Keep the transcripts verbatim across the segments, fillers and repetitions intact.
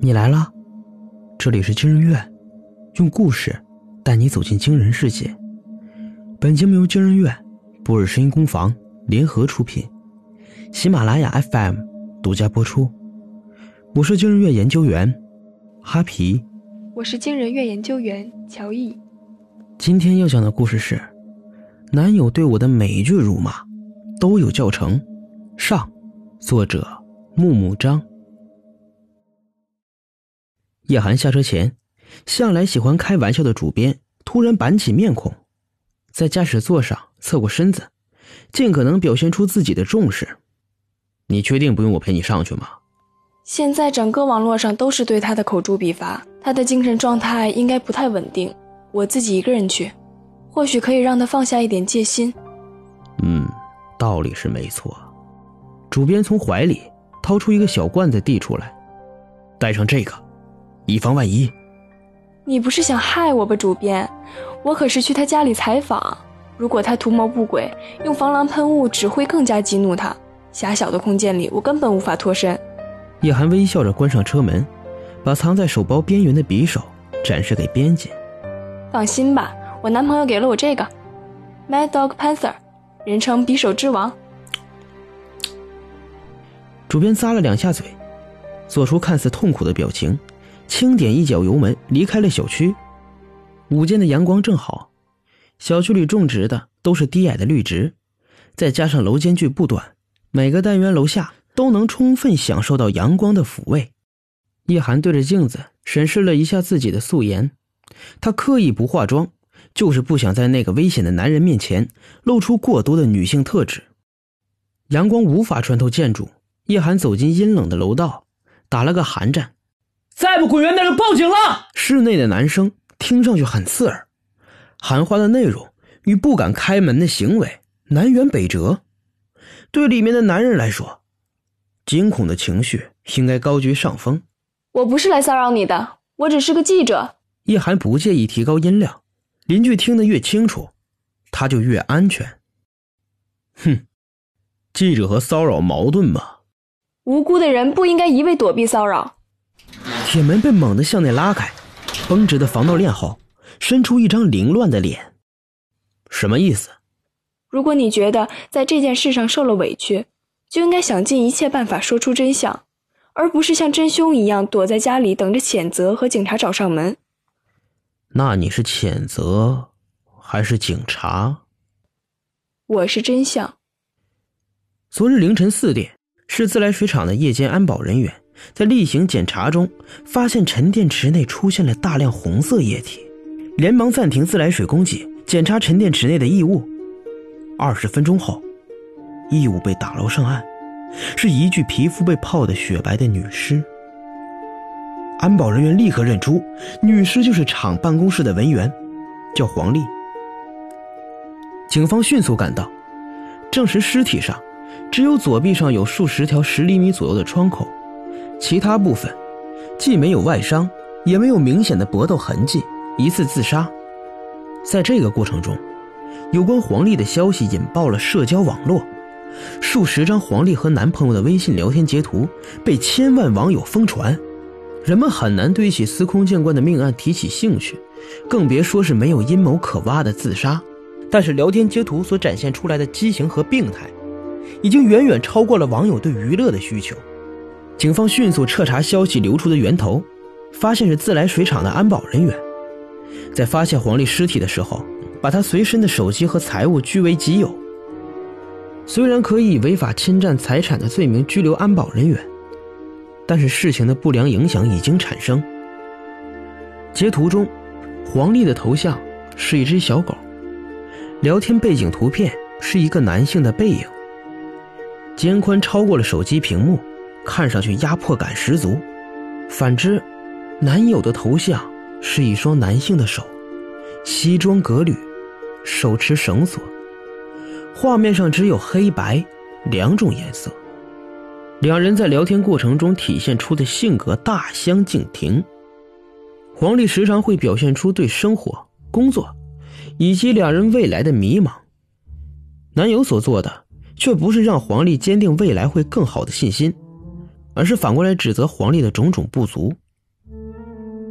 你来了，这里是惊人院，用故事带你走进惊人世界。本节目由惊人院、波尔声音工坊联合出品，喜马拉雅 F M 独家播出。我是惊人院研究员哈皮， 我是惊人院研究员乔毅。 今天要讲的故事是男友对我的每句辱骂都有教程上，作者木木章。叶寒下车前，向来喜欢开玩笑的主编突然板起面孔，在驾驶座上侧过身子，尽可能表现出自己的重视。你确定不用我陪你上去吗？ 现在整个网络上都是对他的口诛笔伐，他的精神状态应该不太稳定，我自己一个人去，或许可以让他放下一点戒心。 嗯，道理是没错。主编从怀里掏出一个小罐子递出来，带上这个以防万一。 你不是想害我吧，主编？我可是去他家里采访，如果他图谋不轨，用防狼喷雾只会更加激怒他。狭小的空间里，我根本无法脱身。 叶寒微笑着关上车门，把藏在手包边缘的匕首展示给编辑。 放心吧，我男朋友给了我这个 Mad Dog Panther， 人称匕首之王。 主编咂了两下嘴，做出看似痛苦的表情，轻点一脚油门离开了小区。午间的阳光正好，小区里种植的都是低矮的绿植，再加上楼间距不短，每个单元楼下都能充分享受到阳光的抚慰。叶寒对着镜子审视了一下自己的素颜，她刻意不化妆，就是不想在那个危险的男人面前露出过多的女性特质。阳光无法穿透建筑，叶寒走进阴冷的楼道，打了个寒战。再不滚远点就报警了！室内的男声听上去很刺耳，喊话的内容与不敢开门的行为南辕北辙。对里面的男人来说，惊恐的情绪应该高居上风。 我不是来骚扰你的，我只是个记者。 叶寒不介意提高音量，邻居听得越清楚，他就越安全。哼，记者和骚扰矛盾吗？ 无辜的人不应该一味躲避骚扰。 铁门被猛地向内拉开，绷直的防盗链后伸出一张凌乱的脸。什么意思？ 如果你觉得在这件事上受了委屈，就应该想尽一切办法说出真相，而不是像真凶一样躲在家里等着谴责和警察找上门。 那你是谴责还是警察？ 我是真相。 昨日凌晨四点，是自来水厂的夜间安保人员在例行检查中发现沉淀池内出现了大量红色液体，连忙暂停自来水供给，检查沉淀池内的异物。二十分钟后，异物被打捞上岸，是一具皮肤被泡得雪白的女尸。安保人员立刻认出女尸就是厂办公室的文员，叫黄丽。警方迅速赶到，证实尸体上只有左臂上有数十条十厘米左右的创口，其他部分既没有外伤，也没有明显的搏斗痕迹，疑似自杀。在这个过程中，有关黄丽的消息引爆了社交网络，数十张黄丽和男朋友的微信聊天截图被千万网友疯传，人们很难对一起司空见惯的命案提起兴趣，更别说是没有阴谋可挖的自杀。但是聊天截图所展现出来的畸形和病态已经远远超过了网友对娱乐的需求。警方迅速彻查消息流出的源头，发现是自来水厂的安保人员。在发现黄丽尸体的时候，把她随身的手机和财物据为己有。虽然可以以违法侵占财产的罪名拘留安保人员，但是事情的不良影响已经产生。截图中，黄丽的头像是一只小狗，聊天背景图片是一个男性的背影，肩宽超过了手机屏幕，看上去压迫感十足。反之，男友的头像是一双男性的手，西装革履，手持绳索，画面上只有黑白两种颜色。两人在聊天过程中体现出的性格大相径庭。黄丽时常会表现出对生活、工作以及两人未来的迷茫，男友所做的却不是让黄丽坚定未来会更好的信心，而是反过来指责黄丽的种种不足，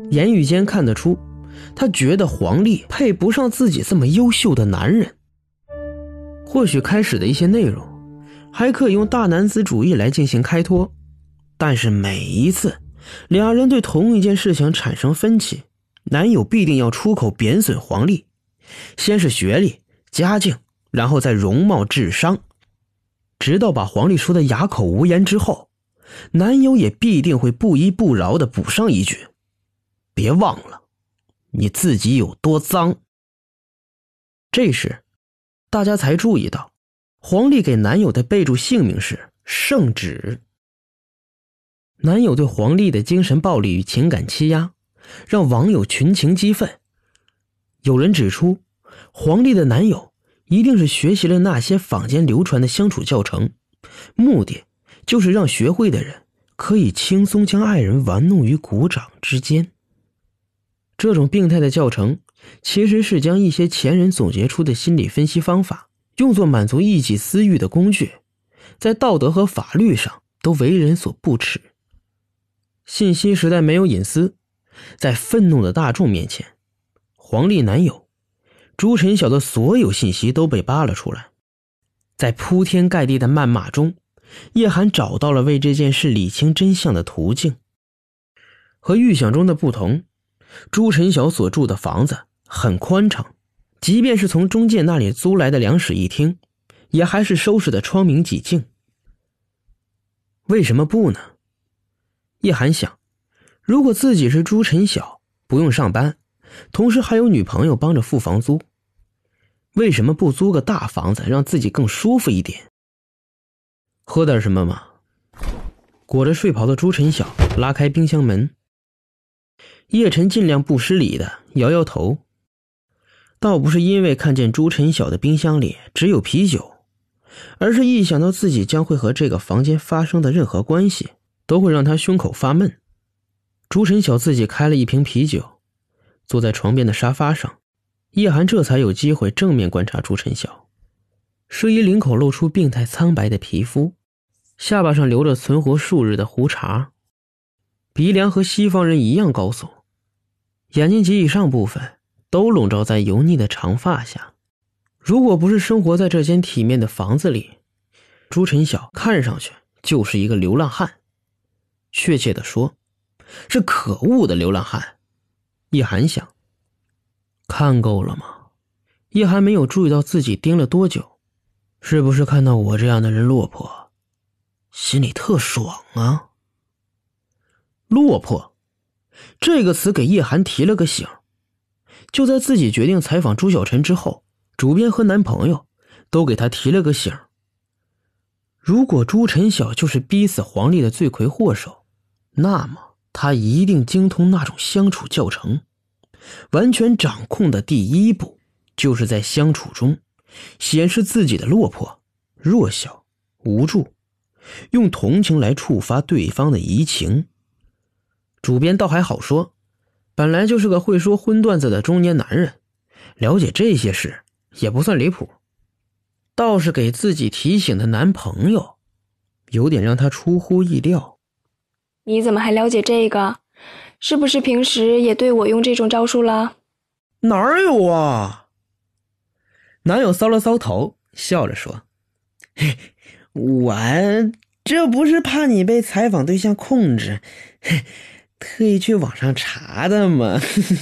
言语间看得出，他觉得黄丽配不上自己这么优秀的男人。或许开始的一些内容还可以用大男子主义来进行开脱，但是每一次两人对同一件事情产生分歧，男友必定要出口贬损黄丽，先是学历、家境，然后再容貌、智商，直到把黄丽说得哑口无言之后，男友也必定会不依不饶地补上一句：别忘了你自己有多脏。这时大家才注意到，黄丽给男友的备注姓名是圣旨。男友对黄丽的精神暴力与情感欺压，让网友群情激愤。有人指出，黄丽的男友一定是学习了那些坊间流传的相处教程，目的就是让学会的人可以轻松将爱人玩弄于股掌之间。这种病态的教程其实是将一些前人总结出的心理分析方法用作满足一己私欲的工具，在道德和法律上都为人所不齿。信息时代没有隐私，在愤怒的大众面前，黄丽男友朱晨晓的所有信息都被扒了出来。在铺天盖地的谩骂中，叶寒找到了为这件事理清真相的途径。和预想中的不同，朱晨晓所住的房子很宽敞，即便是从中介那里租来的两室一厅，也还是收拾的窗明几净。为什么不呢？叶寒想，如果自己是朱晨晓，不用上班，同时还有女朋友帮着付房租，为什么不租个大房子让自己更舒服一点？喝点什么吗？裹着睡袍的朱晨晓拉开冰箱门。叶晨尽量不失礼的摇摇头，倒不是因为看见朱晨晓的冰箱里只有啤酒，而是一想到自己将会和这个房间发生的任何关系都会让他胸口发闷。朱晨晓自己开了一瓶啤酒，坐在床边的沙发上，叶寒这才有机会正面观察朱晨晓。是一领口露出病态苍白的皮肤，下巴上留着存活数日的胡茬，鼻梁和西方人一样高耸，眼睛及以上部分都笼罩在油腻的长发下。如果不是生活在这间体面的房子里，朱晨晓看上去就是一个流浪汉，确切地说，是可恶的流浪汉。叶寒想，看够了吗？叶寒没有注意到自己盯了多久，是不是看到我这样的人落魄，心里特爽啊？落魄这个词给叶寒提了个醒。就在自己决定采访朱晓晨之后，主编和男朋友都给他提了个醒。如果朱晨晓就是逼死黄丽的罪魁祸首，那么他一定精通那种相处教程。完全掌控的第一步，就是在相处中显示自己的落魄、弱小、无助，用同情来触发对方的移情。主编倒还好说，本来就是个会说荤段子的中年男人，了解这些事也不算离谱。倒是给自己提醒的男朋友，有点让他出乎意料。 你怎么还了解这个？是不是平时也对我用这种招数了？ 哪有啊？男友搔了搔头，笑着说，嘿，我这不是怕你被采访对象控制，嘿，特意去网上查的吗？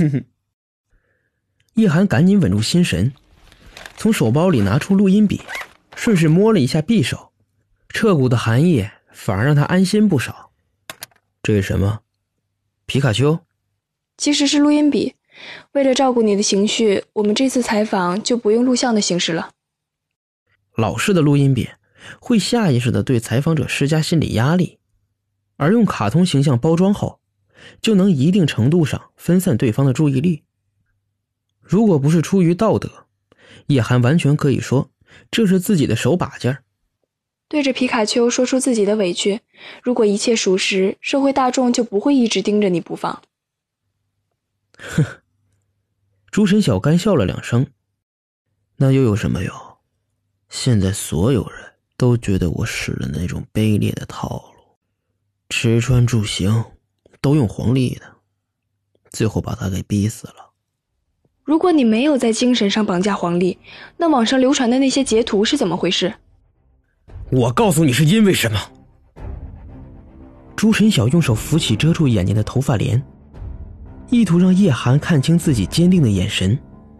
叶寒赶紧稳住心神，从手包里拿出录音笔，顺势摸了一下匕首，彻骨的寒意反而让他安心不少。这是什么？皮卡丘？ 其实是录音笔，为了照顾你的情绪，我们这次采访就不用录像的形式了。 老式的录音笔会下意识地对采访者施加心理压力，而用卡通形象包装后，就能一定程度上分散对方的注意力。如果不是出于道德，叶寒完全可以说这是自己的手把件。 对着皮卡丘说出自己的委屈，如果一切属实，社会大众就不会一直盯着你不放。 哼，朱晨晓干笑了两声，那又有什么用？现在所有人都觉得我使了那种卑劣的套路，吃穿住行都用黄丽的， 最后把他给逼死了。 如果你没有在精神上绑架黄丽，那网上流传的那些截图是怎么回事？ 我告诉你是因为什么。朱晨晓用手扶起遮住眼睛的头发帘，意图让叶寒看清自己坚定的眼神。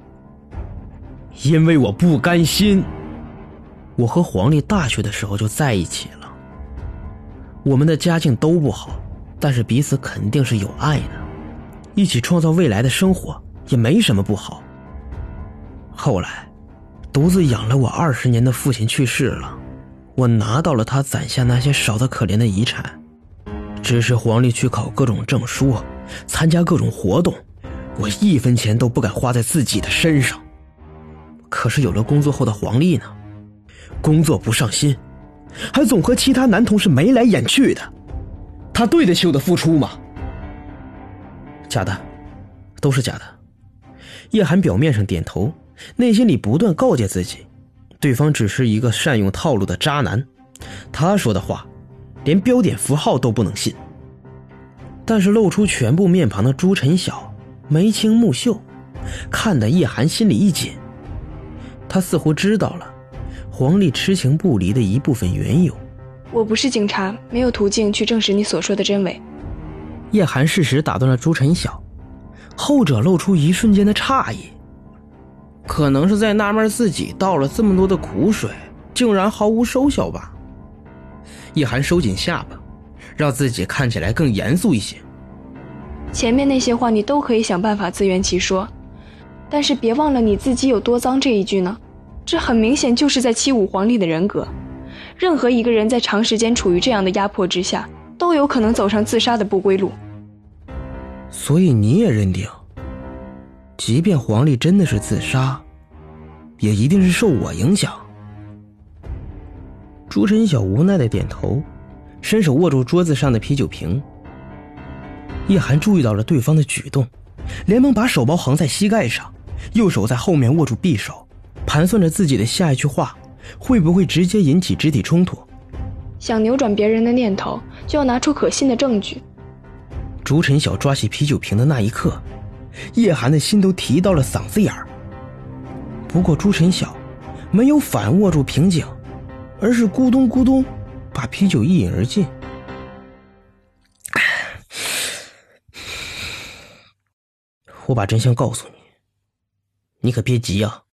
因为我不甘心。我和黄丽大学的时候就在一起了，我们的家境都不好，但是彼此肯定是有爱的，一起创造未来的生活也没什么不好。后来独自养了我二十年的父亲去世了，我拿到了他攒下那些少得可怜的遗产，支持黄丽去考各种证书，参加各种活动，我一分钱都不敢花在自己的身上。可是有了工作后的黄丽呢，工作不上心，还总和其他男同事眉来眼去的，他对得起我的付出吗？假的，都是假的。叶寒表面上点头，内心里不断告诫自己，对方只是一个善用套路的渣男，他说的话连标点符号都不能信。但是露出全部面庞的朱晨晓眉清目秀，看得叶寒心里一紧。他似乎知道了黄丽痴情不离的一部分缘由。 我不是警察，没有途径去证实你所说的真伪。 叶寒适时打断了朱晨晓，后者露出一瞬间的诧异，可能是在纳闷自己倒了这么多的苦水竟然毫无收效吧。叶寒收紧下巴，让自己看起来更严肃一些。 前面那些话你都可以想办法自圆其说，但是别忘了你自己有多脏这一句呢，这很明显就是在欺侮黄丽的人格。任何一个人在长时间处于这样的压迫之下，都有可能走上自杀的不归路。 所以你也认定，即便黄丽真的是自杀，也一定是受我影响？朱晨晓无奈的点头，伸手握住桌子上的啤酒瓶。叶寒注意到了对方的举动，连忙把手包横在膝盖上，右手在后面握住匕首，盘算着自己的下一句话会不会直接引起肢体冲突。 想扭转别人的念头，就要拿出可信的证据。 朱晨晓抓起啤酒瓶的那一刻，叶寒的心都提到了嗓子眼儿。不过朱晨晓没有反握住瓶颈，而是咕咚咕咚把啤酒一饮而尽。我把真相告诉你，你可别急啊。